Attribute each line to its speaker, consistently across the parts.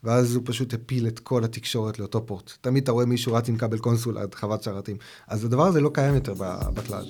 Speaker 1: ואז הוא פשוט הפיל את כל התקשורת לאותו פורט. תמיד אתה רואה מישהו רץ עם כבל קונסול עד חוות שרתים. אז הדבר הזה לא קיים יותר בקלאוד.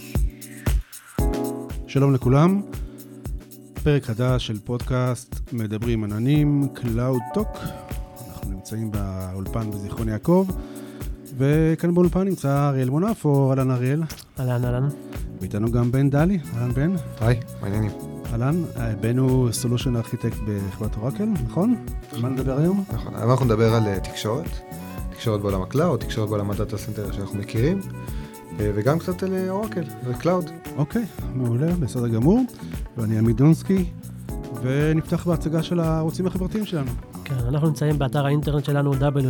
Speaker 2: שלום לכולם, פרק חדש של פודקאסט מדברים עננים, Cloud Talk. אנחנו נמצאים באולפן בזיכרון יעקב, וכאן באולפן נמצא אריאל מונפו. אהלן אריאל.
Speaker 3: אהלן.
Speaker 2: ואיתנו גם בן דלי. אהלן בן.
Speaker 1: היי, מעניינים.
Speaker 2: אהלן, בן הוא סולושן ארכיטקט בחברת אורקל, נכון? על מה נדבר היום?
Speaker 1: נכון, היום אנחנו נדבר על תקשורת בעולם הקלאוד, תקשורת בעולם הדאטה סנטר שאנחנו מכירים, וגם קצת על אורקל, וקלאוד.
Speaker 2: אוקיי, מעולה, בסדר גמור. ואני עמית דונסקי, ונפתח בהצגה של הערוצים החברתיים שלנו.
Speaker 3: כן, אנחנו נמצאים באתר האינטרנט שלנו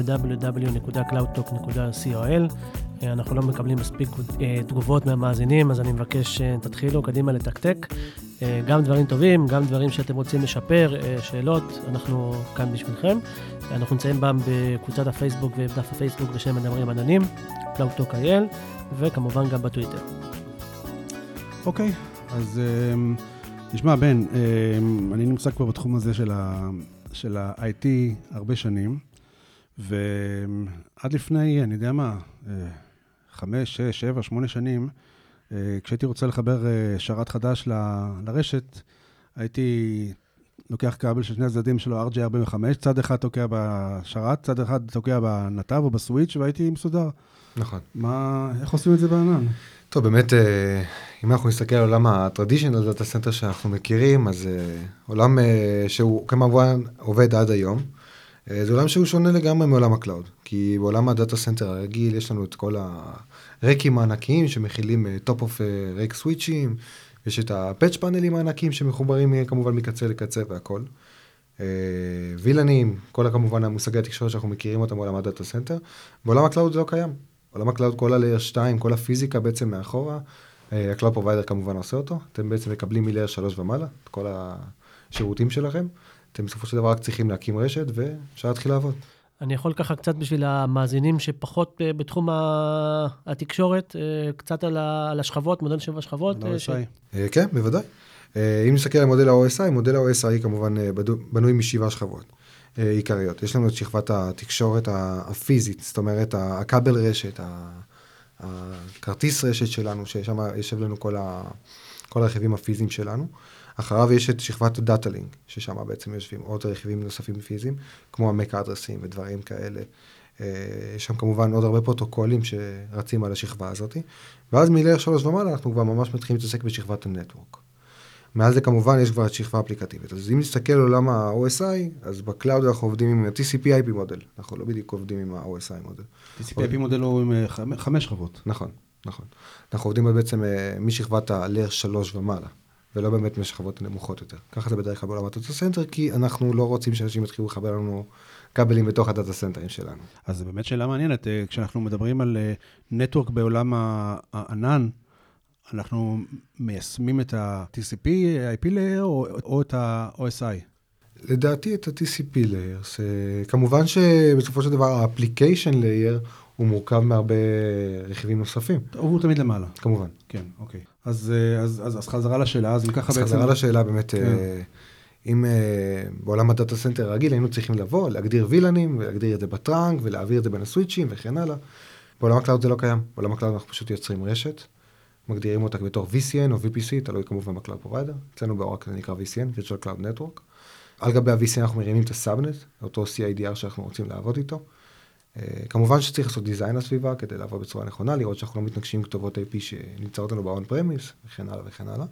Speaker 3: www.cloudtalk.co.il. אנחנו לא מקבלים מספיק תגובות מהמאזינים, אז אני מבקש שתתחילו קדימה לתקתק. גם דברים טובים, גם דברים שאתם רוצים לשפר, שאלות, אנחנו כאן בשבילכם. אנחנו נמצאים בקבוצת הפייסבוק ובדף הפייסבוק בשם מדברים עננים, CloudTalk.il, וכמובן גם בטוויטר.
Speaker 2: אוקיי, אז תשמע בן, אני נמצא כבר בתחום הזה של ה-IT הרבה שנים, ועד לפני, אני יודע מה, 5, 6, 7, 8 שנים, כשהייתי רוצה לחבר שרת חדש לרשת, הייתי לוקח כבל של שני הצדדים שלו, RJ45, צד אחד תוקע בשרת, צד אחד תוקע בנתב או בסוויץ', והייתי מסודר.
Speaker 1: נכון.
Speaker 2: איך עושים את זה בענן?
Speaker 1: טוב, באמת, אם אנחנו נסתכל על עולם הטרדישיונל דאטה סנטר שאנחנו מכירים, אז עולם שהוא כמובן עובד עד היום, זה עולם שהוא שונה לגמרי מעולם הקלאוד, כי בעולם הדאטה סנטר הרגיל יש לנו את כל הרקים הענקיים שמכילים top of rake switchים, יש את הפאץ' פאנלים הענקיים שמחוברים כמובן מקצה לקצה והכל. וילנים, כל כמובן המושגי התקשורת שאנחנו מכירים אותם בעולם הדאטה סנטר. בעולם הקלאוד זה לא קיים. בעולם הקלאוד כל ה-Layer 2, כל הפיזיקה בעצם מאחורה, הקלאוד פרוביידר כמובן עושה אותו, אתם בעצם מקבלים מ-Layer 3 ומעלה, את כל השירותים שלכם, אתם בסופו של דבר רק צריכים להקים רשת ואפשר להתחיל לעבוד.
Speaker 3: אני יכול ככה קצת בשביל המאזינים שפחות בתחום התקשורת, קצת על השכבות, מודל 7 שכבות.
Speaker 1: כן, בוודאי. אם נסתכל על מודל ה-OSI, מודל ה-OSI כמובן בנוי מ7 שכבות עיקריות. יש לנו את שכבת התקשורת הפיזית, זאת אומרת, הכבל רשת, הכרטיס רשת שלנו, ששם יושב לנו כל הרכיבים הפיזיים שלנו. אחריו יש את שכבת הדאטה לינק, ששם בעצם יושבים עוד רכיבים נוספים פיזיים, כמו המק אדרסים ודברים כאלה. יש שם כמובן עוד הרבה פרוטוקולים שרצים על השכבה הזאת. ואז מ-Layer 3 ומעלה אנחנו כבר ממש מתחילים להתעסק בשכבת הנטוורק. מעל זה כמובן יש כבר את שכבה אפליקטיבית. אז אם נסתכל על עולם ה-OSI, אז בקלאוד אנחנו עובדים עם TCP/IP מודל. אנחנו לא בדיוק עובדים עם ה-OSI מודל.
Speaker 2: TCP/IP מודל הוא עם 5 שכבות.
Speaker 1: נכון. אנחנו עובדים בעצם משכבת ה-Layer 3 ומעלה. ולא באמת משכבות נמוכות יותר. ככה זה בדרך כלל בעולם הדאטה סנטר, כי אנחנו לא רוצים שאנשים יתחילו לחבר לנו כבלים בתוך הדאטה סנטרים שלנו.
Speaker 2: אז זה באמת שאלה מעניינת. כשאנחנו מדברים על נטוורק בעולם הענן, אנחנו מיישמים את ה-TCP, IP layer, או את ה-OSI?
Speaker 1: לדעתי את ה-TCP layer. כמובן שבסופו של דבר ה-application layer הוא מורכב מהרבה רכיבים נוספים.
Speaker 2: הוא תמיד למעלה.
Speaker 1: כמובן.
Speaker 2: כן, אוקיי. אז חזרה לשאלה, אז אם ככה בעצם...
Speaker 1: חזרה לשאלה באמת, אם בעולם הדאטה סנטר הרגיל היינו צריכים לבוא, להגדיר וילנים, ולהגדיר את זה בטראנק, ולהעביר את זה בין הסוויצ'ים וכן הלאה. בעולם הקלאוד זה לא קיים. בעולם הקלאוד אנחנו פשוט יוצרים רשת, מגדירים אותה בתור VCN או VPC, תלוי כמובן בקלאוד פרוביידר. אצלנו באורקל זה נקרא VCN, Virtual Cloud Network. על גבי ה-VCN אנחנו מרימים את הסאבנט, אותו CIDR שאנחנו רוצים לעבוד איתו. כמובן שצריך לעשות דיזיין לסביבה כדי לעבוד בצורה נכונה, לראות שאנחנו לא מתנגשים כתובות IP שנמצאות לנו ב-on premise, וכן הלאה וכן הלאה.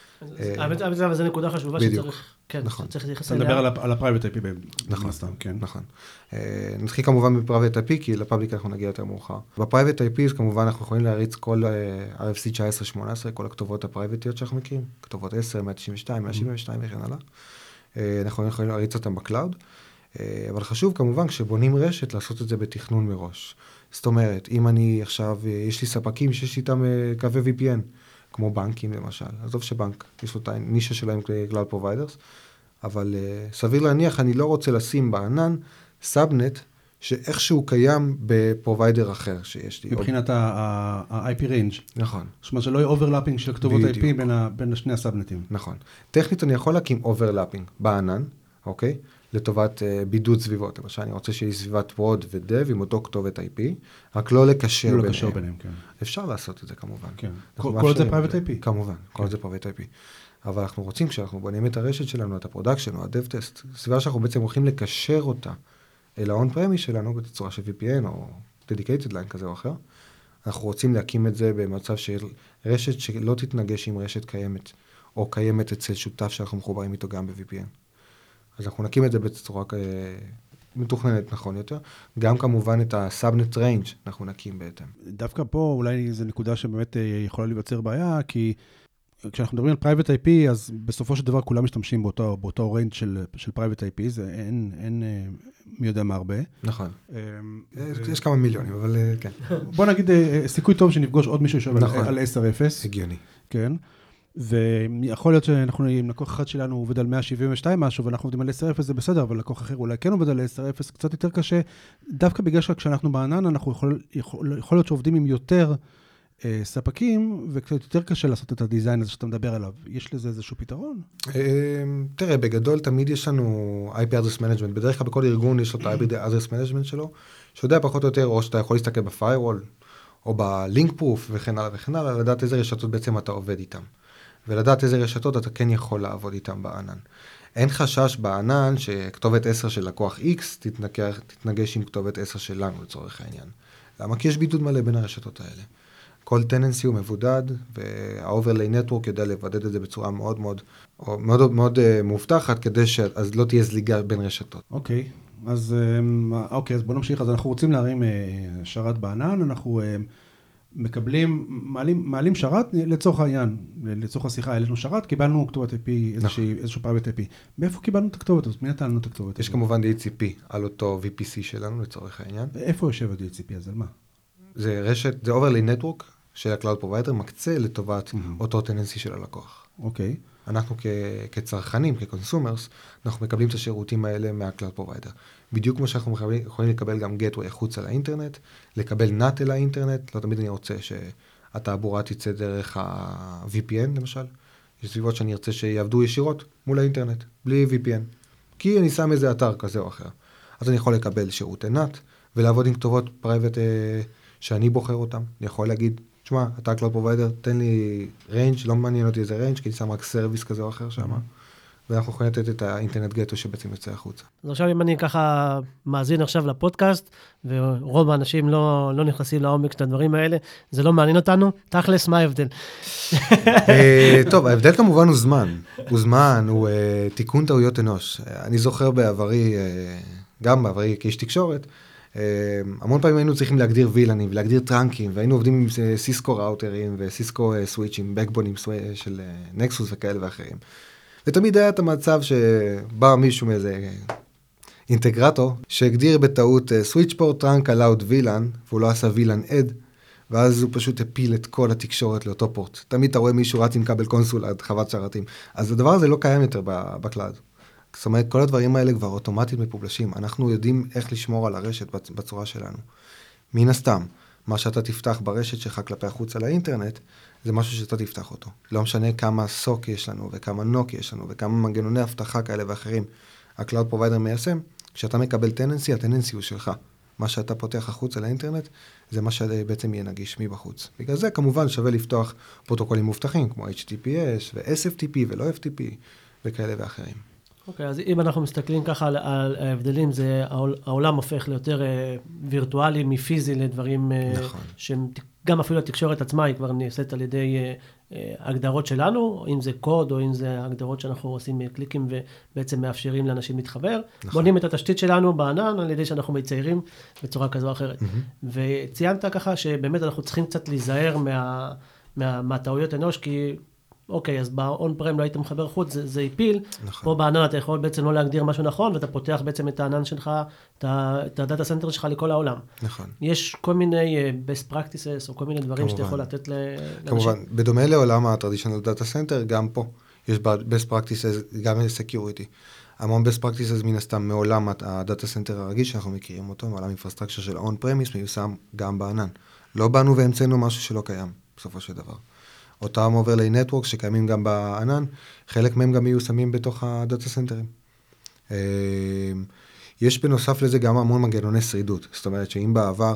Speaker 3: אבל זו נקודה חשובה שצריך, כן, צריך להתייחס אליה.
Speaker 2: אתה מדבר על ה-private IP
Speaker 1: נכון, כן. נכון. נתחיל כמובן ב-private IP, כי לפאבליק אנחנו נגיע יותר מאוחר. ב-private IP, כמובן אנחנו יכולים להריץ כל RFC 1918, כל הכתובות הפרייבטיות שאנחנו מכירים, כתובות 10, 192, 172 וכן הלאה. אנחנו יכולים להריץ אותם בקלאוד. אבל חשוב כמובן כשבונים רשת לעשות את זה בתכנון מראש. זאת אומרת, אם אני עכשיו, יש לי ספקים שיש איתם קווי VPN, כמו בנקים למשל, עזוב שבנק, יש לו את הנישה שלהם כלל פרוביידרס, אבל סביר להניח, אני לא רוצה לשים בענן סאבנט, שאיכשהו קיים בפרוביידר אחר שיש לי.
Speaker 2: מבחינת ה-IP range.
Speaker 1: נכון.
Speaker 2: זאת אומרת, שלא יהיה אוברלאפינג של כתובות IP בין שני הסאבנטים.
Speaker 1: נכון. טכנית אני יכול להקים אוברלאפינג בענן, אוקיי? לטובת בידוד סביבות. למשל, אני רוצה שיהיה סביבת פרוד ודב עם אותו כתובת IP, רק לא לקשר ביניהם.
Speaker 2: כן.
Speaker 1: אפשר לעשות את זה כמובן.
Speaker 2: כן. כל זה private IP?
Speaker 1: כמובן, כל זה private IP. אבל אנחנו רוצים, כשאנחנו בונים את הרשת שלנו, את הפרודקשן או ה-dev test, סביבה שאנחנו בעצם הולכים לקשר אותה אל ה-on-premise שלנו, בצורה של VPN או dedicated line כזה או אחר, אנחנו רוצים להקים את זה במצב של רשת שלא תתנגש עם רשת קיימת, או קיימת אצל שותף שאנחנו מחוברים איתו גם ב-VPN. אז אנחנו נקים את זה בצורה מתוכננת נכון יותר. גם כמובן את ה-subnet range אנחנו נקים בהתאם.
Speaker 2: דווקא פה אולי זו נקודה שבאמת יכולה להיווצר בעיה, כי כשאנחנו מדברים על private IP, אז בסופו של דבר כולם משתמשים באותו range של private IP, זה אין מי יודע מה הרבה.
Speaker 1: נכון. יש כמה מיליונים, אבל כן.
Speaker 2: בוא נגיד, סיכוי טוב שנפגוש עוד מישהו שואל על 10.0.
Speaker 1: הגיוני.
Speaker 2: כן. ויכול להיות שאנחנו, אם לקוח אחד שלנו עובד על 172 משהו, ואנחנו עובדים על 10.0 זה בסדר, אבל לקוח אחר אולי כן עובד על 10.0, קצת יותר קשה, דווקא בגלל שכשאנחנו בענן, אנחנו יכול להיות שעובדים עם יותר ספקים, וקצת יותר קשה לעשות את הדיזיין הזה שאתה מדבר עליו. יש לזה איזשהו פתרון?
Speaker 1: תראה, בגדול תמיד יש לנו IP address management, בדרך כלל בכל ארגון יש לו את ה-IP address management שלו, שיודע פחות או יותר, או שאתה יכול להסתכל ב-firewall, או ב-link proof וכן הלאה וכן הלאה, לדעת איזה רשתות בעצם אתה עובד איתם. ולדעת איזה רשתות אתה כן יכול לעבוד איתם בענן. אין חשש בענן שכתובת 10 של לקוח X תתנגש עם כתובת 10 שלנו לצורך העניין. למה? כי יש בידוד מלא בין הרשתות האלה. כל טננסי הוא מבודד, וה-overlay network יודע לבדד את זה בצורה מאוד מאוד, מאוד, מאוד מובטחת, כדי שאז לא תהיה זליגה בין רשתות.
Speaker 2: אוקיי, אז בוא נמשיך. אז אנחנו רוצים להרים שרת בענן, אנחנו מקבלים, מעלים שרת לצורך העניין, לצורך השיחה, העלינו שרת, קיבלנו כתובת IP, איזשהו private IP. מאיפה קיבלנו את הכתובת? אז מי נתן לנו את הכתובת?
Speaker 1: יש כמובן DHCP על אותו VPC שלנו לצורך העניין.
Speaker 2: איפה יושב ה-DHCP? אז על מה?
Speaker 1: זה רשת, זה overlay network של ה-Cloud Provider מקצה לטובת אותו טננסי של הלקוח.
Speaker 2: אוקיי.
Speaker 1: אנחנו כצרכנים, כקונסומרס, אנחנו מקבלים את השירותים האלה מה-Cloud Provider. בדיוק כמו שאנחנו יכולים לקבל גם gateway החוצה לאינטרנט, לקבל NAT אל האינטרנט, לא תמיד אני רוצה שהתעבורה תצא דרך ה-VPN למשל. יש סביבות שאני ארצה שיעבדו ישירות מול האינטרנט, בלי VPN. כי אני שם איזה אתר כזה או אחר. אז אני יכול לקבל שירותי NAT, ולעבוד עם כתובות private שאני בוחר אותם. אני יכול להגיד, תשמע, אתה Cloud Provider, תן לי range, לא מעניין אותי איזה range, כי אני שם רק סרוויס כזה או אחר שם. ואנחנו יכולים לתת את האינטרנט גטו שבעצם יוצא החוצה.
Speaker 3: אז עכשיו אם אני ככה מאזין עכשיו לפודקאסט, ורוב האנשים לא נכנסים לעומק של הדברים האלה, זה לא מעניין אותנו, תכלס, מה ההבדל?
Speaker 1: טוב, ההבדל כמובן הוא זמן. הוא זמן, הוא תיקון טעויות אנוש. אני זוכר בעברי, גם בעברי כאיש תקשורת, המון פעמים היינו צריכים להגדיר וילנים ולהגדיר טרנקים, והיינו עובדים עם סיסקו ראוטרים וסיסקו סוויצ'ים, בקבונים של נקסוס וכאלה ואחרים. ותמיד היה את המצב שבא מישהו מאיזה אינטגרטור, שהגדיר בטעות סוויצ'פורט טרנק allowed וילן, והוא לא עשה וילן עד, ואז הוא פשוט הפיל את כל התקשורת לאותו פורט. תמיד אתה רואה מישהו רץ עם כבל קונסול עד חוות שרתים. אז הדבר הזה לא קיים יותר בקלאד. זאת אומרת, כל הדברים האלה כבר אוטומטית מפובלשים. אנחנו יודעים איך לשמור על הרשת בצורה שלנו. מן הסתם, מה שאתה תפתח ברשת שלך כלפי החוץ על האינטרנט, זה משהו שאתה תפתח אותו. לא משנה כמה סוק יש לנו, וכמה נוק יש לנו, וכמה מנגנוני הבטחה כאלה ואחרים. ה-Cloud Provider מיישם, כשאתה מקבל טננסי, הטננסי הוא שלך. מה שאתה פותח החוץ על האינטרנט, זה מה שבעצם יהיה נגיש מבחוץ. בגלל זה כמובן שווה לפתוח פרוטוקולים מובטחים, כמו HTTPS ו-SFTP ולא FTP, וכאלה ואחרים.
Speaker 3: אוקיי, אז אם אנחנו מסתכלים ככה על ההבדלים, זה העולם הופך ליותר וירטואלי מפיזי לדברים שהם, גם אפילו התקשורת עצמה היא כבר נעשית על ידי הגדרות שלנו, אם זה קוד או אם זה הגדרות שאנחנו עושים קליקים ובעצם מאפשרים לאנשים להתחבר. בונים את התשתית שלנו בענן על ידי שאנחנו מציירים בצורה כזו או אחרת. וציינת ככה שבאמת אנחנו צריכים קצת להיזהר מהטעויות אנוש, כי אוקיי, אז ב-on-prem לא היית מחבר חוץ, זה איפיל. נכון. פה בענן אתה יכול בעצם לא להגדיר משהו נכון, ואתה פותח בעצם את הענן שלך, את הדאטה סנטר שלך לכל העולם. נכון. יש כל מיני best practices, או כל מיני דברים שאתה יכול לתת לאנשים.
Speaker 1: כמובן, בדומה לעולם ה-traditional data center, גם פה יש best practices, גם security. המון best practices מן הסתם מעולם הדאטה סנטר הרגיש שאנחנו מכירים אותו, מעולם infrastructure של on-premise מיושם גם בענן. לא באנו והמצאנו משהו שלא קיים, בסופו של דבר. אותם overlay network שקיימים גם בענן, חלק מהם גם מיושמים בתוך הדאטה סנטרים. יש בנוסף לזה גם המון מנגנוני שרידות, זאת אומרת שאם בעבר,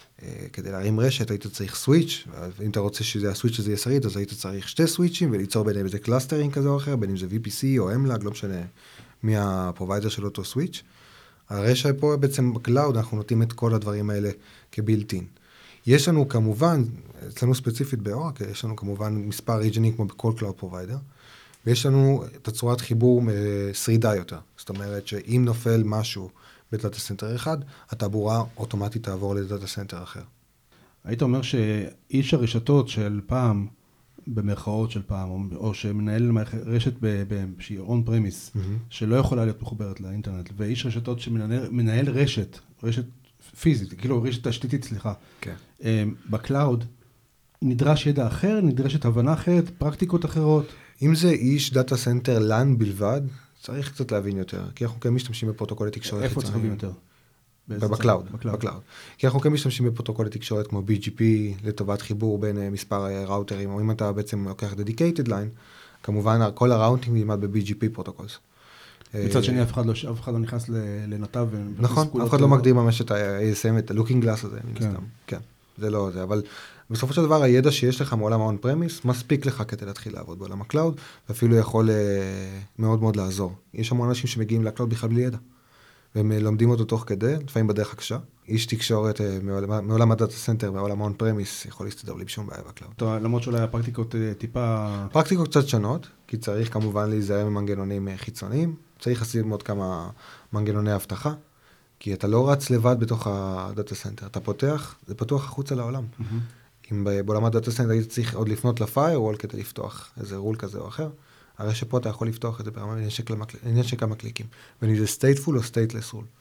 Speaker 1: כדי להרים רשת, היית צריך סוויץ', ואם אתה רוצה שזה הסוויץ' הזה יהיה שריד, אז היית צריך שתי סוויצ'ים, וליצור ביניהם איזה קלאסטרינג כזה או אחר, בין אם זה VPC או MLAG, לא משנה מי הפרוביידר של אותו סוויץ'. הרשת פה בעצם בקלאוד, אנחנו נותנים את כל הדברים האלה כבילטין. יש לנו כמובן, אצלנו ספציפית באורקל, יש לנו כמובן מספר ריג'נים כמו בכל קלאוד פרוביידר, ויש לנו את הצורת חיבור שרידה יותר. זאת אומרת שאם נופל משהו בדאטה סנטר אחד, התעבורה אוטומטית תעבור לדאטה סנטר אחר.
Speaker 2: היית אומר שאיש הרשתות של פעם, במרכאות של פעם, או שמנהל רשת שהיא און פרמיס, שלא יכולה להיות מחוברת לאינטרנט, ואיש רשתות שמנהל רשת פיזית, כאילו רשת תשתיתית, סליחה.
Speaker 1: כן.
Speaker 2: בקלאוד, נדרש ידע אחר, נדרשת הבנה אחרת, פרקטיקות אחרות.
Speaker 1: אם זה איש דאטה סנטר LAN בלבד, צריך קצת להבין יותר, כי אנחנו כן משתמשים בפרוטוקולי תקשורת.
Speaker 2: איפה צריך להבין יותר?
Speaker 1: בקלאוד. כי אנחנו כן משתמשים בפרוטוקולי תקשורת כמו BGP, לטובת חיבור בין מספר ראוטרים, או אם אתה בעצם לוקח dedicated line, כמובן כל הראוטינג נלמד ב-BGP פרוטוקולס.
Speaker 2: מצד שני, אף אחד לא נכנס לנתב.
Speaker 1: נכון, אף אחד לא מגדיר ממש את ה-ASM, את ה-looking glass הזה. כן, זה לא זה, אבל בסופו של דבר הידע שיש לך מעולם ה-on premise, מספיק לך כדי להתחיל לעבוד בעולם הקלאוד, ואפילו יכול מאוד מאוד לעזור. יש המון אנשים שמגיעים לקלאוד בכלל בלי ידע, והם לומדים אותו תוך כדי, לפעמים בדרך הקשה. איש תקשורת מעולם הדאטה סנטר, מעולם ה-on premise, יכול להסתדר בלי שום בעיה בקלאוד.
Speaker 2: למרות שאולי הפרקטיקות טיפה...
Speaker 1: פרקטיקות קצת שונות, כי צריך כמובן להיזהר ממנגנונים חיצוניים, צריך לשים עוד כמה מנגנוני אבטחה, כי אתה לא רץ לבד בתוך הדאטה סנטר, אתה פותח, זה פתוח החוצה לעולם. אם בעולם הדאטה סנטר היית צריך עוד לפנות לפיירוול כדי לפתוח איזה רול כזה או אחר, הרי שפה אתה יכול לפתוח את זה ברמה עניין של כמה קליקים, בין אם זה stateful או stateless rule.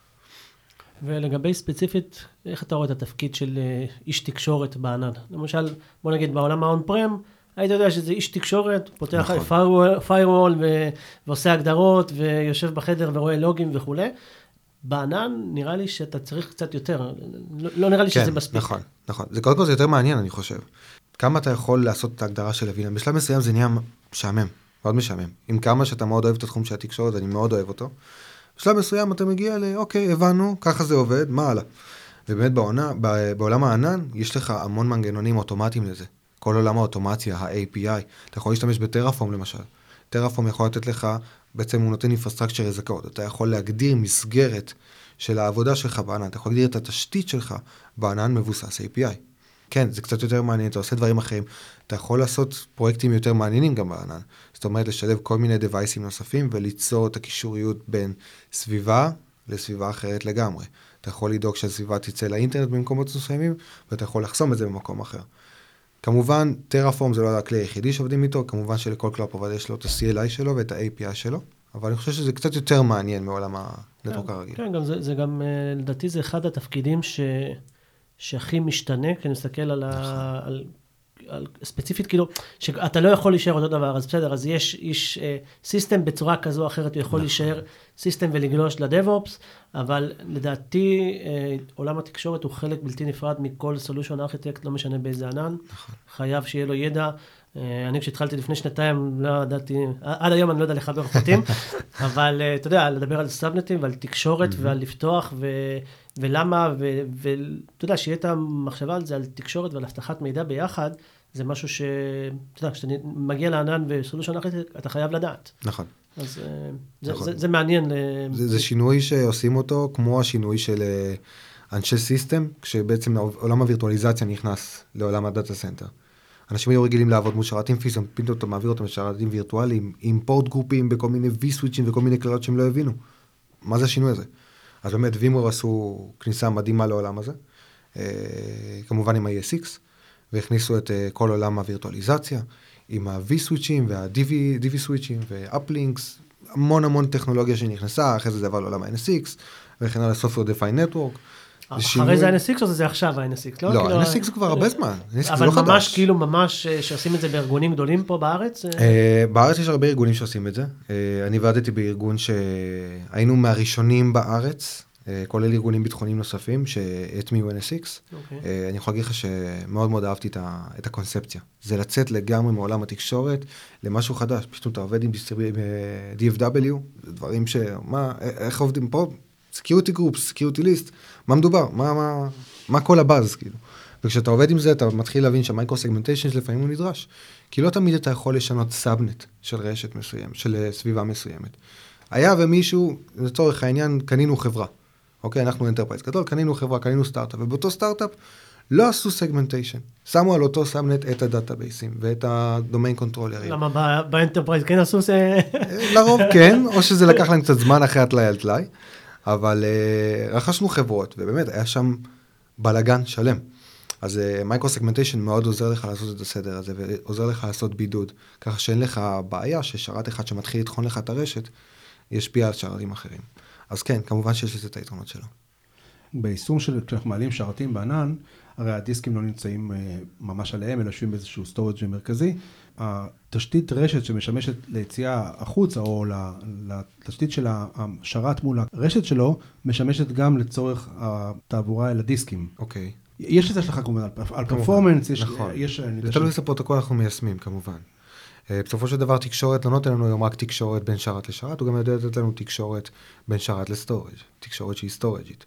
Speaker 3: ולגבי ספציפית, איך אתה רואה את התפקיד של איש תקשורת בענן? למשל, בוא נגיד בעולם ה-on-prem, היית יודע שזה איש תקשורת, פותח firewall ועושה הגדרות, ויושב בחדר ורואה לוגים וכו'. בענן נראה לי שאתה צריך קצת יותר, לא נראה לי שזה מספיק.
Speaker 1: נכון, נכון. זה קודם כל זה יותר מעניין, אני חושב. כמה אתה יכול לעשות את ההגדרה של הווילן? בשלב מסוים זה נהיה משעמם, מאוד משעמם. עם כמה שאתה מאוד אוהב את התחום של התקשורת, אני מאוד אוהב אותו. בשלב מסוים אתה מגיע אוקיי, הבנו, ככה זה עובד, מה הלאה? ובאמת בעולם הענן, יש לך המון מנגנונים אוטומטיים לזה. כל עולם האוטומציה, ה-API, אתה יכול להשתמש בטרפורם למשל. טרפורם יכול לתת לך, בעצם הוא נותן infrastructure as a code. אתה יכול להגדיר מסגרת של העבודה שלך בענן, אתה יכול להגדיר את התשתית שלך בענן מבוסס API. כן, זה קצת יותר מעניין, אתה עושה דברים אחרים, אתה יכול לעשות פרויקטים יותר מעניינים גם בענן. זאת אומרת, לשלב כל מיני דווייסים נוספים וליצור את הקישוריות בין סביבה לסביבה אחרת לגמרי. אתה יכול לדאוג שהסביבה תצא לאינטרנט במקומות מסוימים, ואתה יכול לחסום את זה במקום אחר. כמובן, טרפורם זה לא הכלי היחידי שעובדים איתו, כמובן שלכל קלאוד פרוביידר יש לו את ה-CLI שלו ואת ה-API שלו, אבל אני חושב שזה קצת יותר מעניין מעולם הנטוורק הרגיל.
Speaker 3: כן, גם זה גם, לדעתי זה אחד התפקידים שהכי משתנה, כי אני מסתכל על ספציפית, כאילו, שאתה לא יכול להישאר אותו דבר, אז בסדר, אז יש סיסטם בצורה כזו או אחרת, הוא יכול להישאר סיסטם ולגלוש לדב-אופס, אבל לדעתי, עולם התקשורת הוא חלק בלתי נפרד מכל סולושן ארכיטקט, לא משנה באיזה ענן, חייב שיהיה לו ידע. אני כשהתחלתי לפני שנתיים, לא ידעתי, עד היום אני לא יודע לחבר חוטים, אבל אתה יודע, לדבר על סאבנטים ועל תקשורת ועל לפתוח ולמה, ואתה יודע, שיהיה את המחשבה על זה, על תקשורת ועל הבטחת מידע ביחד, זה משהו אתה יודע, כשאתה מגיע לענן וסולושן ארכיטקט, אתה חייב לדעת.
Speaker 1: נכון.
Speaker 3: אז זה מעניין.
Speaker 1: זה שינוי שעושים אותו, כמו השינוי של אנשי סיסטם, כשבעצם עולם הווירטואליזציה נכנס לעולם הדאטה סנטר. אנשים היו רגילים לעבוד מול שרתים פיזיים, פתאום אתה מעביר אותם לשרתים וירטואליים, עם פורט גרופים, בכל מיני V-סוויצ'ים וכל מיני כללות שהם לא הבינו. מה זה השינוי הזה? אז באמת, וימור עשו כניסה מדהימה לעולם הזה, כמובן עם ה-ESX, והכניסו את כל עולם הווירטואליזציה, עם ה-V-סוויצ'ים וה-DV-סוויצ'ים ו-Uplynks, המון טכנולוגיה שנכנסה, אחרי זה עבר לעולם ה-NSX, וכן על ה-Software Defined Network.
Speaker 3: אחרי זה ה-NSX או זה עכשיו ה-NSX?
Speaker 1: לא, ה-NSX זה כבר הרבה זמן.
Speaker 3: אבל ממש, כאילו ממש, שעושים את זה בארגונים גדולים פה בארץ?
Speaker 1: בארץ יש הרבה ארגונים שעושים את זה. אני עבדתי בארגון שהיינו מהראשונים בארץ כולל ארגונים ביטחוניים נוספים שהטמיעו NSX. אני יכול להגיד לך שמאוד מאוד אהבתי את הקונספציה. זה לצאת לגמרי מעולם התקשורת למשהו חדש. פשוט אתה עובד עם DFW, זה דברים איך עובדים פה? Security Groups, Security List, מה מדובר? מה כל הבאז, כאילו? וכשאתה עובד עם זה, אתה מתחיל להבין שהמייקרו-סגמנטיישן לפעמים הוא נדרש. כי לא תמיד אתה יכול לשנות סאבנט של רשת מסוימת, של סביבה מסוימת. היה ומישהו, לצורך העניין, קנינו חברה. אוקיי, אנחנו אנטרפרייז גדול, קנינו חברה, קנינו סטארט-אפ, ובאותו סטארט-אפ לא עשו סגמנטיישן. שמו על אותו סאבנט את הדאטאבייסים ואת הדומיין קונטרולרים.
Speaker 3: למה באנטרפרייז כן עשו זה?
Speaker 1: לרוב כן, או שזה לקח להם קצת זמן אחרי התלאי על תלאי, אבל רכשנו חברות, ובאמת היה שם בלגן שלם. אז מייקרו-סגמנטיישן מאוד עוזר לך לעשות את הסדר הזה, ועוזר לך לעשות בידוד, ככה שאין לך בעיה ששרת אחד שמתחיל לתחון לך את הרשת, ישפיע על שרתים אחרים. אז כן, כמובן שיש לזה את היתרונות שלו.
Speaker 2: ביישום כשאנחנו מעלים שרתים בענן, הרי הדיסקים לא נמצאים ממש עליהם, אלא יושבים באיזשהו סטורג' מרכזי. התשתית רשת שמשמשת ליציאה החוצה, או לתשתית של השרת מול הרשת שלו, משמשת גם לצורך התעבורה אל הדיסקים.
Speaker 1: אוקיי.
Speaker 2: יש לזה שלך כמובן, על פרפורמנס, יש...
Speaker 1: זה תלוי איזה פרוטוקול אנחנו מיישמים, כמובן. בסופו של דבר, תקשורת לא נותן לנו היום רק תקשורת בין שרת לשרת, הוא גם יודע לתת לנו תקשורת בין שרת לסטורג', תקשורת שהיא סטורג'ית.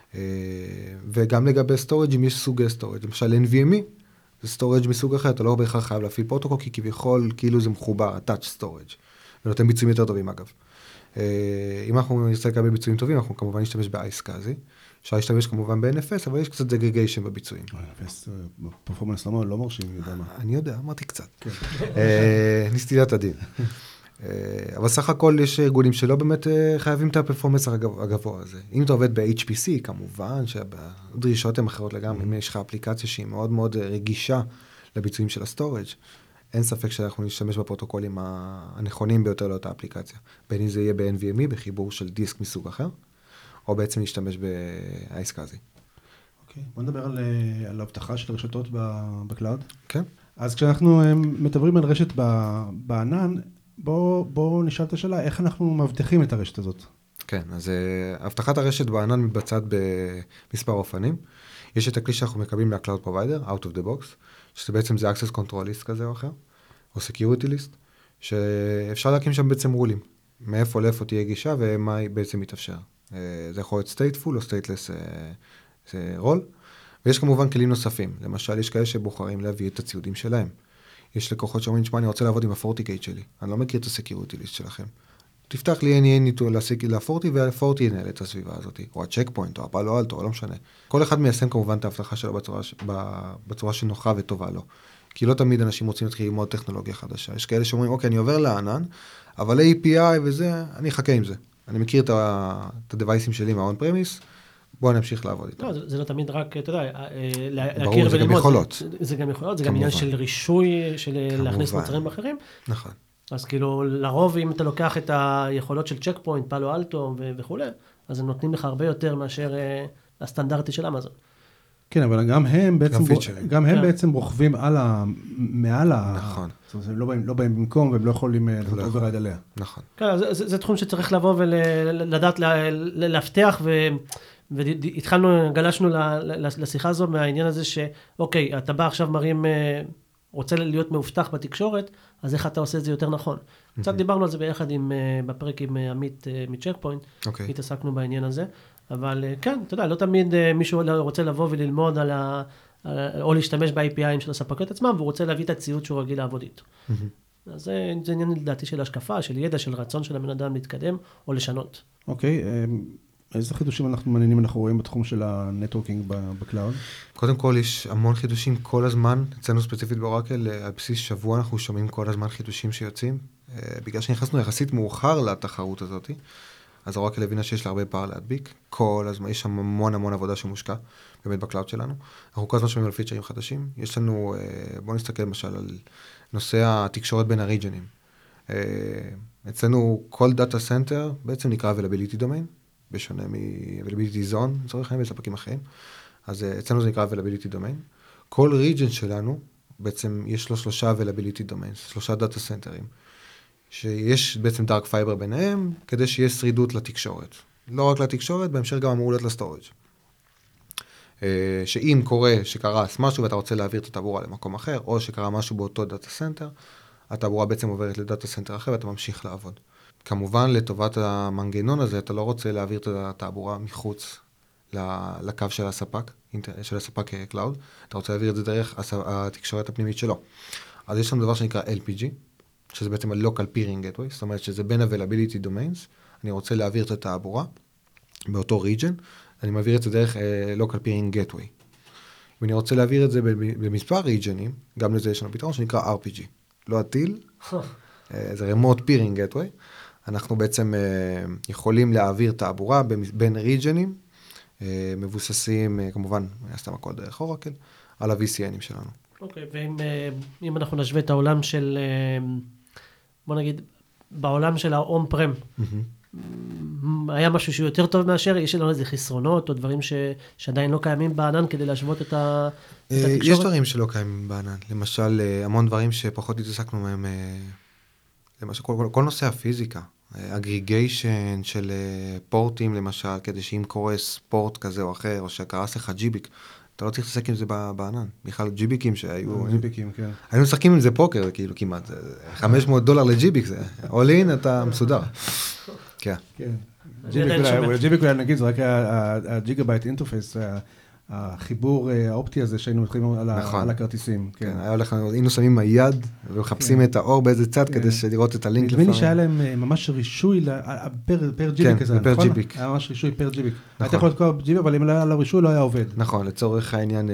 Speaker 1: וגם לגבי סטורג'ים יש סוגי סטורג', למשל NVMe, זה סטורג' מסוג אחר, אתה לא בהכרח חייב להפעיל פרוטוקול, כי כביכול כאילו זה מחובר, touch storage, ונותן ביצועים יותר טובים אגב. אם אנחנו נרצה לקבל ביצועים טובים, אנחנו כמובן נשתמש ב-iSCSI, אפשר להשתמש כמובן ב-NFS, אבל יש קצת דגרגיישן בביצועים.
Speaker 2: NFS, פרפורמנס לא מרשים, יודע מה.
Speaker 1: אני יודע, אמרתי קצת. ניסיתי לדעת הדין. אבל סך הכל יש ארגונים שלא באמת חייבים את הפרפורמנס הגבוה הזה. אם אתה עובד ב-HPC, כמובן שהדרישות הן אחרות לגמרי, אם יש לך אפליקציה שהיא מאוד מאוד רגישה לביצועים של הסטורג', אין ספק שאנחנו נשתמש בפרוטוקולים הנכונים ביותר לאותה אפליקציה. בין אם זה יהיה ב-NVMe, בחיבור של דיסק מסוג אחר, או בעצם להשתמש ב-iSCSI.
Speaker 2: אוקיי, בוא נדבר על הבטחה של רשתות בקלאוד.
Speaker 1: כן.
Speaker 2: אז כשאנחנו מדברים על רשת בענן, בואו נשאל את השאלה, איך אנחנו מבטחים את הרשת הזאת?
Speaker 1: כן, אז הבטחת הרשת בענן מתבצעת במספר אופנים. יש את הכלי שאנחנו מקבלים מה-Cloud Provider, out of the box, שזה בעצם זה access control list כזה או אחר, או security list, שאפשר להקים שם בעצם רולים, מאיפה לאיפה תהיה גישה ומה בעצם מתאפשר. זה יכול להיות stateful או stateless role, ויש כמובן כלים נוספים, למשל יש כאלה שבוחרים להביא את הציודים שלהם. יש לקוחות שאומרים, שמה, אני רוצה לעבוד עם ה-FortiGate שלי, אני לא מכיר את ה-security list שלכם. תפתח לי NEN ל-40 וה-40 ינהל את הסביבה הזאת, או ה-checkpoint, או הפאלו אלטו, או לא משנה. כל אחד מיישם כמובן את ההבטחה שלו בצורה שנוחה וטובה לו. כי לא תמיד אנשים רוצים להתחיל ללמוד טכנולוגיה חדשה. יש כאלה שאומרים, אוקיי, אני עובר לענן, אבל API וזה, אני אחכה עם זה. אני מכיר את הדווייסים שלי מה-on premise, בואו נמשיך לעבוד איתם.
Speaker 3: לא, זה לא תמיד רק, אתה יודע, להכיר
Speaker 1: ברור, זה גם יכולות.
Speaker 3: זה גם יכולות, זה גם עניין של רישוי, של להכניס מוצרים אחרים.
Speaker 1: נכון.
Speaker 3: אז כאילו, לרוב, אם אתה לוקח את היכולות של צ'ק פוינט, פאלו אלטו וכו', אז הם נותנים לך הרבה יותר מאשר הסטנדרטי של אמזון.
Speaker 2: כן, אבל גם הם בעצם רוכבים מעל
Speaker 1: נכון.
Speaker 2: זאת אומרת, הם לא באים במקום, והם לא יכולים לעבור עליה.
Speaker 1: נכון.
Speaker 3: כן, זה תחום שצריך לבוא ולדעת להבטח, גלשנו לשיחה הזו מהעניין הזה שאוקיי, אתה בא עכשיו רוצה להיות מאובטח בתקשורת, אז איך אתה עושה את זה יותר נכון? קצת דיברנו על זה ביחד בפרק עם עמית מצ'ק פוינט, התעסקנו בעניין הזה, אבל כן, אתה יודע, לא תמיד מישהו רוצה לבוא וללמוד או להשתמש ב-API'ים של הספקיות עצמם, והוא רוצה להביא את הציוד שהוא רגיל לעבוד איתו. אז זה עניין לדעתי של השקפה, של ידע, של רצון של הבן אדם להתקדם או לשנות.
Speaker 2: אוקיי, איזה חידושים אנחנו רואים בתחום של הנטוורקינג בקלאוד?
Speaker 1: קודם כל, יש המון חידושים כל הזמן, אצלנו ספציפית באורקל, על בסיס שבוע אנחנו שומעים כל הזמן חידושים שיוצאים, בגלל שנכנסנו יחסית מאוחר לתחרות הזאת, אז אורקל הבינה שיש לה הרבה פער להדביק, כל הזמן, יש שם המון עבודה שמושקע, באמת בקלאוד שלנו, אנחנו כל הזמן שומעים על פיצ'רים חדשים, יש לנו, בואו נסתכל למשל על נושא התקשורת בין הריג'נים, אצלנו כל דאטה סנטר בעצם נקרא availability domain, בשונה מ-availability zone, לצורך העניין בספקים אחרים. אז אצלנו זה נקרא availability domain. כל region שלנו, בעצם יש לו 3 availability domains, 3 דאטה סנטרים, שיש בעצם dark fiber ביניהם, כדי שיהיה שרידות לתקשורת. לא רק לתקשורת, בהמשך גם אמור להיות לסטורג'. שאם קורה שקרס משהו ואתה רוצה להעביר את התעבורה למקום אחר, או שקרה משהו באותו דאטה סנטר, התעבורה בעצם עוברת לדאטה סנטר אחר ואתה ממשיך לעבוד. כמובן, לטובת המנגנון הזה, אתה לא רוצה להעביר את התעבורה מחוץ לקו של הספק קלאוד, אתה רוצה להעביר את זה דרך התקשורת הפנימית שלו. אז יש לנו דבר שנקרא LPG, שזה בעצם ה-Local Peering Gateway, זאת אומרת שזה בין Availability Domains, אני רוצה להעביר את התעבורה באותו region, אני מעביר את זה דרך Local Peering Gateway. אם אני רוצה להעביר את זה במספר regionים, גם לזה יש לנו פתרון שנקרא RPG. לא הטיל, זה Remote Peering Gateway. אנחנו בעצם יכולים להעביר תעבורה בין regionים, מבוססים, כמובן, סתם הכל דרך אורקל, על ה-VCNים שלנו.
Speaker 3: אוקיי, ואם אנחנו נשווה את העולם של, בוא נגיד, בעולם של ה-on-prem, היה משהו שהוא יותר טוב מאשר, יש לנו איזה חסרונות או דברים שעדיין לא קיימים בענן כדי להשוות את התקשורת?
Speaker 1: יש דברים שלא קיימים בענן, למשל, המון דברים שפחות התעסקנו מהם, למשל, כל נושא הפיזיקה, אגריגיישן של פורטים, למשל, כדי שאם קורה ספורט כזה או אחר, או שקרס לך ג'יביק, אתה לא צריך להתעסק עם זה בענן. בכלל ג'יביקים שהיו...
Speaker 2: ג'יביקים, כן.
Speaker 1: היינו משחקים עם זה פוקר, כאילו, כמעט. $500 לג'יביק, זה all in, אתה מסודר. כן.
Speaker 2: ג'יביק אולי נגיד, זה רק הג'יגאבייט אינטרפייס, החיבור האופטי הזה שהיינו מתחילים על הכרטיסים.
Speaker 1: כן, היינו שמים היד ומחפשים את האור באיזה צד כדי לראות את הלינק.
Speaker 2: נדמה לי שהיה להם ממש רישוי פר ג'יביק כזה.
Speaker 1: כן, פר ג'יביק.
Speaker 2: היה ממש רישוי פר ג'יביק. היית יכול לתקוע ג'יביק, אבל אם לא היה לו רישוי לא היה עובד.
Speaker 1: נכון, לצורך העניין,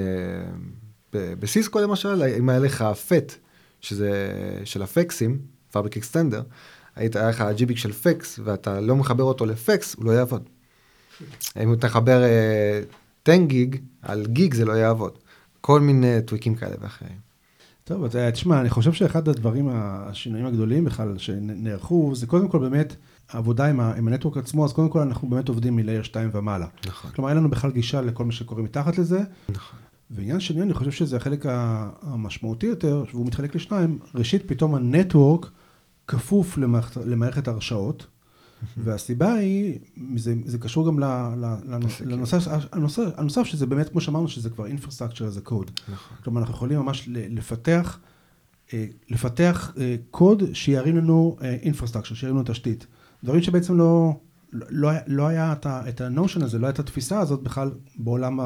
Speaker 1: בסיסקו למשל, אם היה לך פט, שזה של הפקסים, פאבריק אקסטנדר, היה לך ג'יביק של פקס, ואתה לא מחבר אותו לפקס, הוא לא יעבוד. אם אתה חבר 10 גיג, על גיג זה לא יעבוד. כל מיני טוויקים כאלה ואחרים.
Speaker 2: טוב, תשמע, אני חושב שאחד הדברים, השינויים הגדולים בכלל שנערכו, זה קודם כל באמת, העבודה עם הנטוורק עצמו, אז קודם כל אנחנו באמת עובדים מלייר 2 ומעלה.
Speaker 1: נכון.
Speaker 2: כלומר, אין לנו בכלל גישה לכל מה שקורה מתחת לזה.
Speaker 1: נכון.
Speaker 2: ועניין שני, אני חושב שזה החלק המשמעותי יותר, והוא מתחלק לשניים. ראשית, פתאום הנטוורק כפוף למערכת ההרשאות, והסיבה היא, זה קשור גם לנושא שזה באמת, כמו שאמרנו, שזה כבר infrastructure as a code. כלומר, אנחנו יכולים ממש לפתח קוד שירים לנו infrastructure, שירים לנו תשתית. דברים שבעצם לא היה את הנושן הזה, לא הייתה התפיסה הזאת בכלל בעולם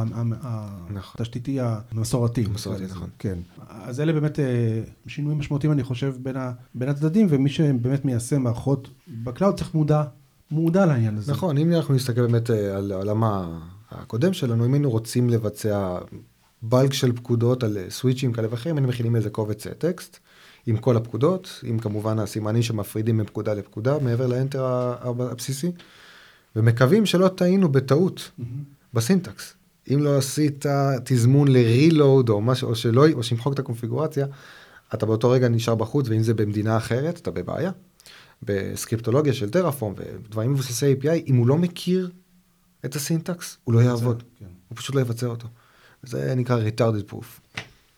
Speaker 2: התשתיתי המסורתי.
Speaker 1: מסורתי, נכון.
Speaker 2: כן. אז אלה באמת שינויים משמעותיים, אני חושב, בין הצדדים, ומי שבאמת מיישם מערכות בקלאוד צריך מודע לעניין הזה.
Speaker 1: נכון, אם אנחנו נסתכל באמת על העולם הקודם שלנו, אם היינו רוצים לבצע בלק של פקודות על סוויצ'ים כאלה ואחרים, היינו מכינים איזה קובץ טקסט, עם כל הפקודות, עם כמובן הסימנים שמפרידים מפקודה לפקודה, מעבר לאנטר הבסיסי, ומקווים שלא טעינו בטעות בסינטקס. אם לא עשית תזמון ל-reload או משהו, או שימחוק את הקונפיגורציה, אתה באותו רגע נשאר בחוץ, ואם זה במדינה אחרת, אתה בבעיה. בסקריפטולוגיה של טרפורם ודברים מבוססי API, אם הוא לא מכיר את הסינטקס, הוא לא יעבוד. הוא פשוט לא יבצע אותו. זה נקרא retarded proof.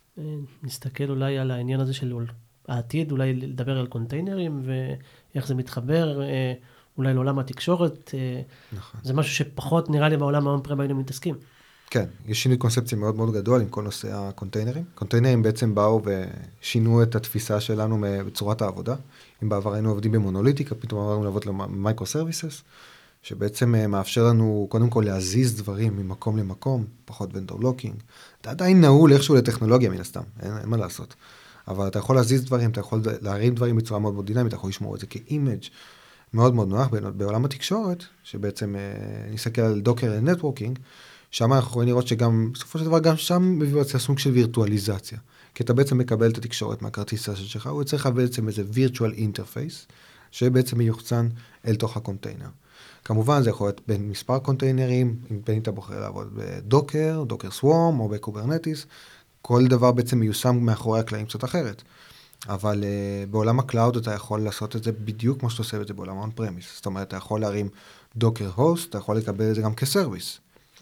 Speaker 3: נסתכל אולי על העניין הזה של העתיד, אולי לדבר על קונטיינרים ואיך זה מתחבר, אולי לעולם התקשורת.
Speaker 1: נכון.
Speaker 3: זה משהו שפחות נראה לי בעולם האון-פרם היינו מתעסקים.
Speaker 1: כן, יש שינוי קונספציה מאוד מאוד גדול עם כל נושא הקונטיינרים. קונטיינרים בעצם באו ושינו את התפיסה שלנו בצורת העבודה. אם בעבר היינו עובדים במונוליטיקה, פתאום עברנו לעבוד למייקרו-סרוויסס, שבעצם מאפשר לנו קודם כל להזיז דברים ממקום למקום, פחות ונדור לוקינג. אתה עדיין נעול איכשהו לטכנולוגיה מן הסתם, אין מה לעשות. אבל אתה יכול להזיז דברים, אתה יכול להרים דברים בצורה מאוד מאוד דינמית, אתה יכול לשמור את זה כאימג' מאוד מאוד נוח בעולם התקשורת, שבעצם נסתכל על דוקר נטוורקינג, שם אנחנו יכולים לראות שגם, בסופו של דבר, גם שם מביא בעצם סוג של וירטואליזציה. כי אתה בעצם מקבל את התקשורת מהכרטיס שלך, הוא יוצא לך בעצם איזה virtual interface, שבעצם מיוחצן אל תוך הקונטיינר. כמובן, זה יכול להיות בין מספר קונטיינרים, בין אתה בוחר לעבוד בדוקר, דוקר סוורם או בקוברנטיס, כל דבר בעצם מיושם מאחורי הקלעים קצת אחרת. אבל בעולם הקלאוד אתה יכול לעשות את זה בדיוק כמו שאתה עושה את זה בעולם האון-פרמיס. זאת אומרת, אתה יכול להרים דוקר הוסט, אתה יכול לקבל את זה גם כסרוויס.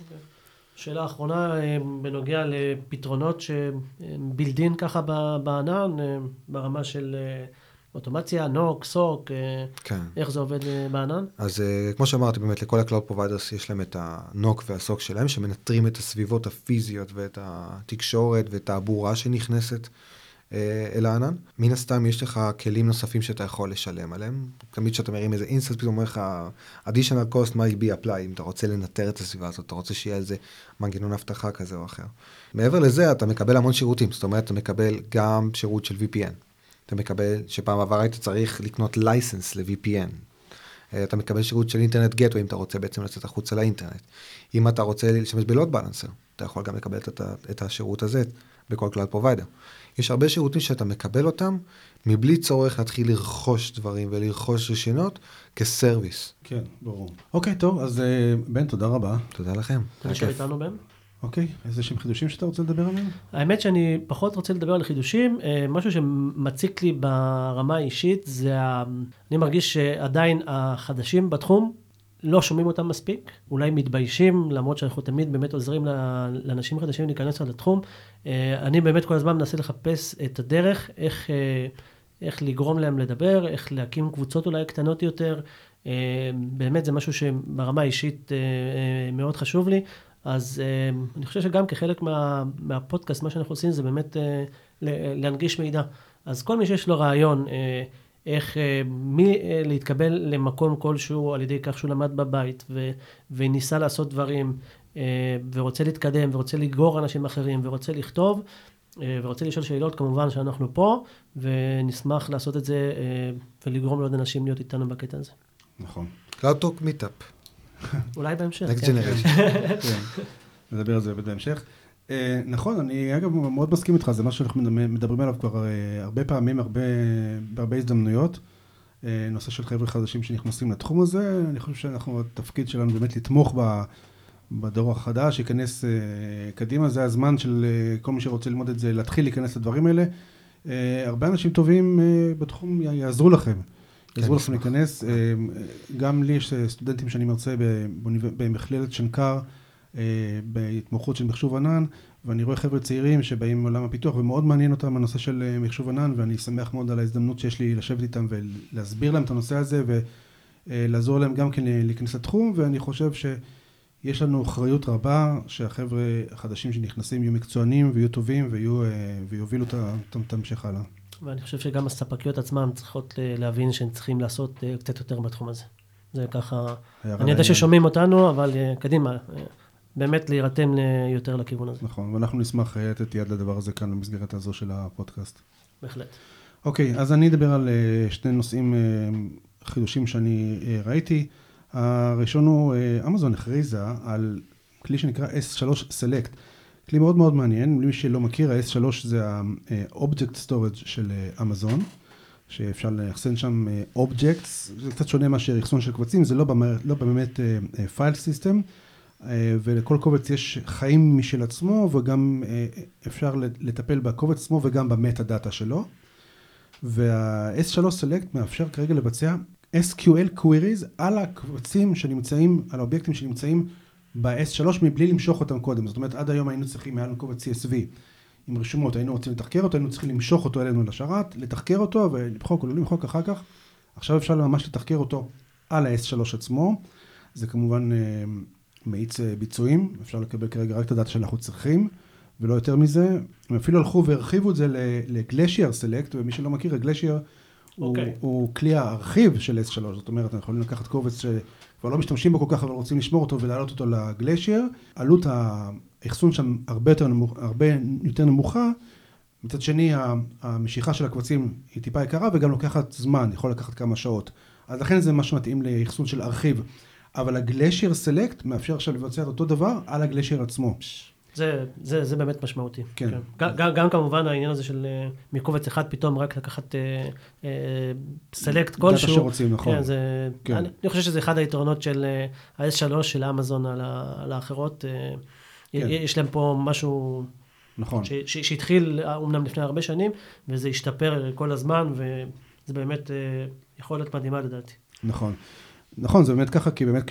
Speaker 3: שאלה האחרונה בנוגע לפתרונות שבילדין ככה בענן, ברמה של אוטומציה, נוק, סוק,
Speaker 1: כן.
Speaker 3: איך זה עובד בענן?
Speaker 1: אז כמו שאמרתי, באמת לכל ה-Cloud Providers יש להם את הנוק והסוק שלהם, שמנטרים את הסביבות הפיזיות ואת התקשורת ואת העבורה שנכנסת אל הענן. מן הסתם יש לך כלים נוספים שאתה יכול לשלם עליהם. תמיד שאתה מרים איזה אינסטנס, פתאום אומר לך, additional cost might be apply, אם אתה רוצה לנטר את הסביבה הזאת, אתה רוצה שיהיה על זה מנגנון הבטחה כזה או אחר. מעבר לזה, אתה מקבל המון שירותים, זאת אומרת, אתה מקבל גם שירות של VPN. אתה מקבל, שפעם עבר היית צריך לקנות לייסנס ל-VPN. אתה מקבל שירות של אינטרנט גטווי, אם אתה רוצה בעצם לצאת החוצה לאינטרנט. אם אתה רוצה להשתמש בלוד בלנסר, אתה יכול גם לקבל את השירות הזה בכל Cloud Provider. יש הרבה שירותים שאתה מקבל אותם, מבלי צורך להתחיל לרכוש דברים ולרכוש רישיונות כסרוויס.
Speaker 2: כן, ברור. אוקיי, טוב, אז בן, תודה רבה.
Speaker 1: תודה לכם.
Speaker 3: אתה נשאר איתנו בן?
Speaker 2: אוקיי, איזה שהם חידושים שאתה רוצה לדבר עליהם?
Speaker 3: האמת שאני פחות רוצה לדבר על חידושים, משהו שמציק לי ברמה האישית, אני מרגיש שעדיין החדשים בתחום לא שומעים אותם מספיק, אולי מתביישים, למרות שאנחנו תמיד באמת עוזרים לאנשים חדשים להיכנס לתחום. אני באמת כל הזמן מנסה לחפש את הדרך, איך לגרום להם לדבר, איך להקים קבוצות אולי קטנות יותר. באמת זה משהו שברמה האישית מאוד חשוב לי. אז אני חושב שגם כחלק מהפודקאסט, מה שאנחנו עושים זה באמת להנגיש מידע. אז כל מי שיש לו רעיון, איך להתקבל למקום כלשהו על ידי כך שהוא למד בבית, וניסה לעשות דברים, ורוצה להתקדם, ורוצה לגרור אנשים אחרים, ורוצה לכתוב, ורוצה לשאול שאלות, כמובן שאנחנו פה, ונשמח לעשות את זה, ולגרום לעוד אנשים להיות איתנו בקטע הזה.
Speaker 2: נכון.
Speaker 1: Cloud Talk Meetup.
Speaker 3: אולי בהמשך.
Speaker 1: Next Generation.
Speaker 2: נדבר על זה בהמשך. נכון, אני אגב מאוד מסכים איתך, זה משהו שאנחנו מדברים עליו כבר הרבה פעמים, בהרבה הזדמנויות. נושא של חבר'ה חדשים שנכנסים לתחום הזה, אני חושב שאנחנו, התפקיד שלנו באמת לתמוך בדור החדש, ייכנס קדימה, זה הזמן של כל מי שרוצה ללמוד את זה, להתחיל להיכנס לדברים האלה. הרבה אנשים טובים בתחום יעזרו לכם. יעזרו לכם להיכנס. גם לי יש סטודנטים שאני מרצה במכללת שנקר, בהתמחות של מחשוב ענן, ואני רואה חבר'ה צעירים שבאים מעולם הפיתוח, ומאוד מעניין אותם הנושא של מחשוב ענן, ואני שמח מאוד על ההזדמנות שיש לי לשבת איתם ולהסביר להם את הנושא הזה, ולעזור להם גם כן להיכנס לתחום, ואני חושב שיש לנו אחריות רבה שהחבר'ה החדשים שנכנסים יהיו מקצוענים ויהיו טובים ויובילו את המשך הלאה.
Speaker 3: ואני חושב שגם הספקיות עצמם צריכות להבין שהם צריכים לעשות קצת יותר בתחום הזה. זה ככה, אני יודע ששומעים אותנו, אבל קדימה, באמת להירתם יותר לכיוון הזה.
Speaker 2: נכון, ואנחנו נשמח לתת יד לדבר הזה כאן במסגרת הזו של הפודקאסט.
Speaker 3: בהחלט.
Speaker 2: אוקיי, אז אני אדבר על שני נושאים חידושים שאני ראיתי. הראשון הוא, אמזון הכריזה על כלי שנקרא S3 Select. כלי מאוד מאוד מעניין, למי שלא מכיר, ה-S3 זה ה-Object Storage של אמזון, שאפשר לאחסן שם Objects, זה קצת שונה מאשר אחסון של קבצים, זה לא באמת File System, ולכל קובץ יש חיים משל עצמו, וגם אפשר לטפל בקובץ עצמו וגם במטה דאטה שלו. וה-S3 Select מאפשר כרגע לבצע SQL queries על הקבצים שנמצאים, על האובייקטים שנמצאים ב-S3 מבלי למשוך אותם קודם. זאת אומרת, עד היום היינו צריכים, היה לנו קובץ CSV עם רשומות, היינו רוצים לתחקר אותו, היינו צריכים למשוך אותו אלינו לשרת, לתחקר אותו ולמחוק או לא למחוק אחר כך. עכשיו אפשר ממש לתחקר אותו על ה-S3 עצמו. זה כמובן מאיץ ביצועים, אפשר לקבל כרגע רק את הדאטה שאנחנו צריכים, ולא יותר מזה. הם אפילו הלכו והרחיבו את זה לגלשייר סלקט, ומי שלא מכיר, הגלשייר הוא כלי הארכיב של S3, זאת אומרת, אנחנו יכולים לקחת קובץ שכבר לא משתמשים בו כל כך, אבל רוצים לשמור אותו ולהעלות אותו לגלשייר. עלות האחסון שם הרבה יותר נמוכה, מצד שני, המשיכה של הקבצים היא טיפה יקרה, וגם לוקחת זמן, יכול לקחת כמה שעות. אז לכן זה משהו מתאים לאחסון של ארכיב. אבל הגלשייר סלקט מאפשר עכשיו לבצע את אותו דבר על הגלשייר עצמו.
Speaker 3: זה באמת משמעותי.
Speaker 2: כן.
Speaker 3: גם כמובן העניין הזה של מקובץ אחד פתאום רק לקחת סלקט כלשהו.
Speaker 2: דאטה שרוצים, נכון.
Speaker 3: כן, אני חושב שזה אחד היתרונות של ה-S3 של אמזון על האחרות. יש להם פה משהו
Speaker 2: נכון.
Speaker 3: שהתחיל אומנם לפני הרבה שנים, וזה השתפר כל הזמן, וזה באמת יכול להיות מדהימה לדעתי.
Speaker 2: נכון. נכון, זה באמת ככה, כי באמת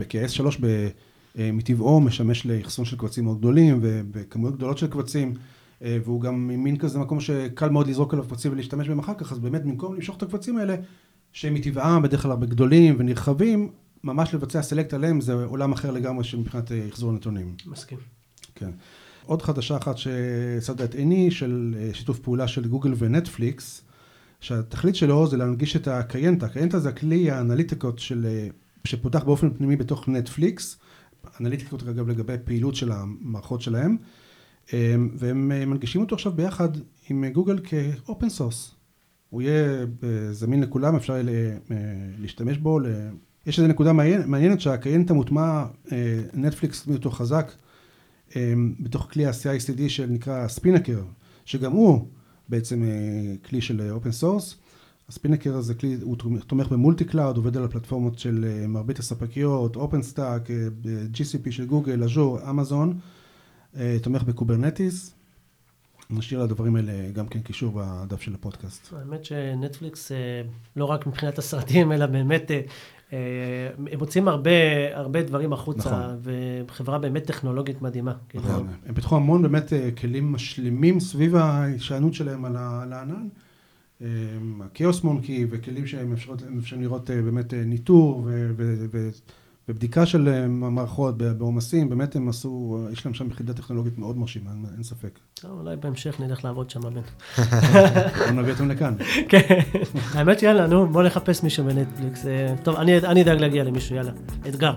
Speaker 2: כ-S3 מטבעו משמש לאחסון של קבצים מאוד גדולים, ובכמויות גדולות של קבצים, והוא גם מין כזה מקום שקל מאוד לזרוק עליו קבצים ולהשתמש בהם אחר כך, אז באמת במקום למשוך את הקבצים האלה, שהם מטבעם בדרך כלל הרבה גדולים ונרחבים, ממש לבצע סלקט עליהם, זה עולם אחר לגמרי שמבחינת יחזור נתונים.
Speaker 3: מסכים.
Speaker 2: כן. עוד חדשה אחת ששדה את עיני, של שיתוף פעולה של גוגל ונטפליקס, שהתכלית שלו זה להנגיש את הקיינטה. הקיינטה זה הכלי האנליטיקות שפותח באופן פנימי בתוך נטפליקס, אנליטיקות אגב לגבי פעילות של המערכות שלהם, והם מנגישים אותו עכשיו ביחד עם גוגל כאופן סורס. הוא יהיה זמין לכולם, אפשר להשתמש בו. יש איזו נקודה מעניינת שהקיינטה מוטמע נטפליקס מתו חזק, בתוך כלי ה-CI/CD שנקרא ספינקר, שגם הוא בעצם כלי של אופן סורס. הספינקר הזה כלי, הוא תומך במולטי קלאוד, עובד על הפלטפורמות של מרבית הספקיות, OpenStack, GCP של גוגל, Azure, אמזון, תומך בקוברנטיס. נשאיר לדברים האלה גם כן קישור בדף של הפודקאסט.
Speaker 3: האמת שנטפליקס, לא רק מבחינת הסרטים, אלא באמת, הם מוצאים הרבה דברים החוצה, וחברה באמת טכנולוגית מדהימה.
Speaker 2: נכון, הם פיתחו המון באמת כלים משלימים סביב ההישענות שלהם על הענן, הכאוס מונקי וכלים שהם אפשרים לראות באמת ניטור ובדיקה של מערכות בעומסים, באמת הם עשו, יש להם שם יחידה טכנולוגית מאוד מרשימה, אין ספק.
Speaker 3: אולי בהמשך נלך לעבוד שם בן.
Speaker 2: בוא נביא אותם לכאן.
Speaker 3: כן, האמת שיאללה, נו, בוא נחפש מישהו בנטפליקס. טוב, אני אדאג להגיע למישהו, יאללה, אתגר.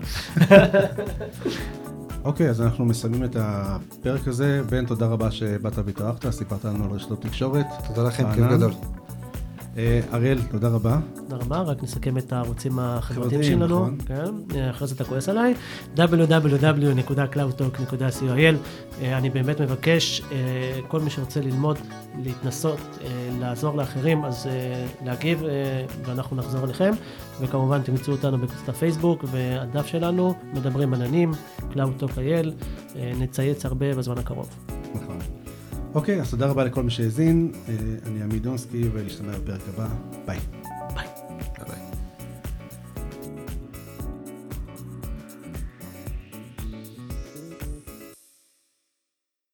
Speaker 2: אוקיי, אז אנחנו מסיימים את הפרק הזה. בן, תודה רבה שבאת והתארחת, סיפרת לנו על רשתות תקשורת.
Speaker 1: תודה לכם, כיף גדול.
Speaker 2: אריאל, תודה רבה.
Speaker 3: תודה רבה, רק נסכם את הערוצים החברתיים שלנו.
Speaker 2: נכון.
Speaker 3: כן, אחרי זה אתה כועס עליי. www.cloudtalk.co.il. אני באמת מבקש, כל מי שרוצה ללמוד, להתנסות, לעזור לאחרים, אז להגיב, ואנחנו נחזור אליכם. וכמובן תמצאו אותנו בקבוצת הפייסבוק, והדף שלנו, מדברים עננים, cloudtalk.il, נצייץ הרבה בזמן הקרוב.
Speaker 2: נכון. אוקיי, אז תודה רבה לכל מי שהאזין. אני עמי דונסקי, ולהשתמע בפרק הבא. ביי.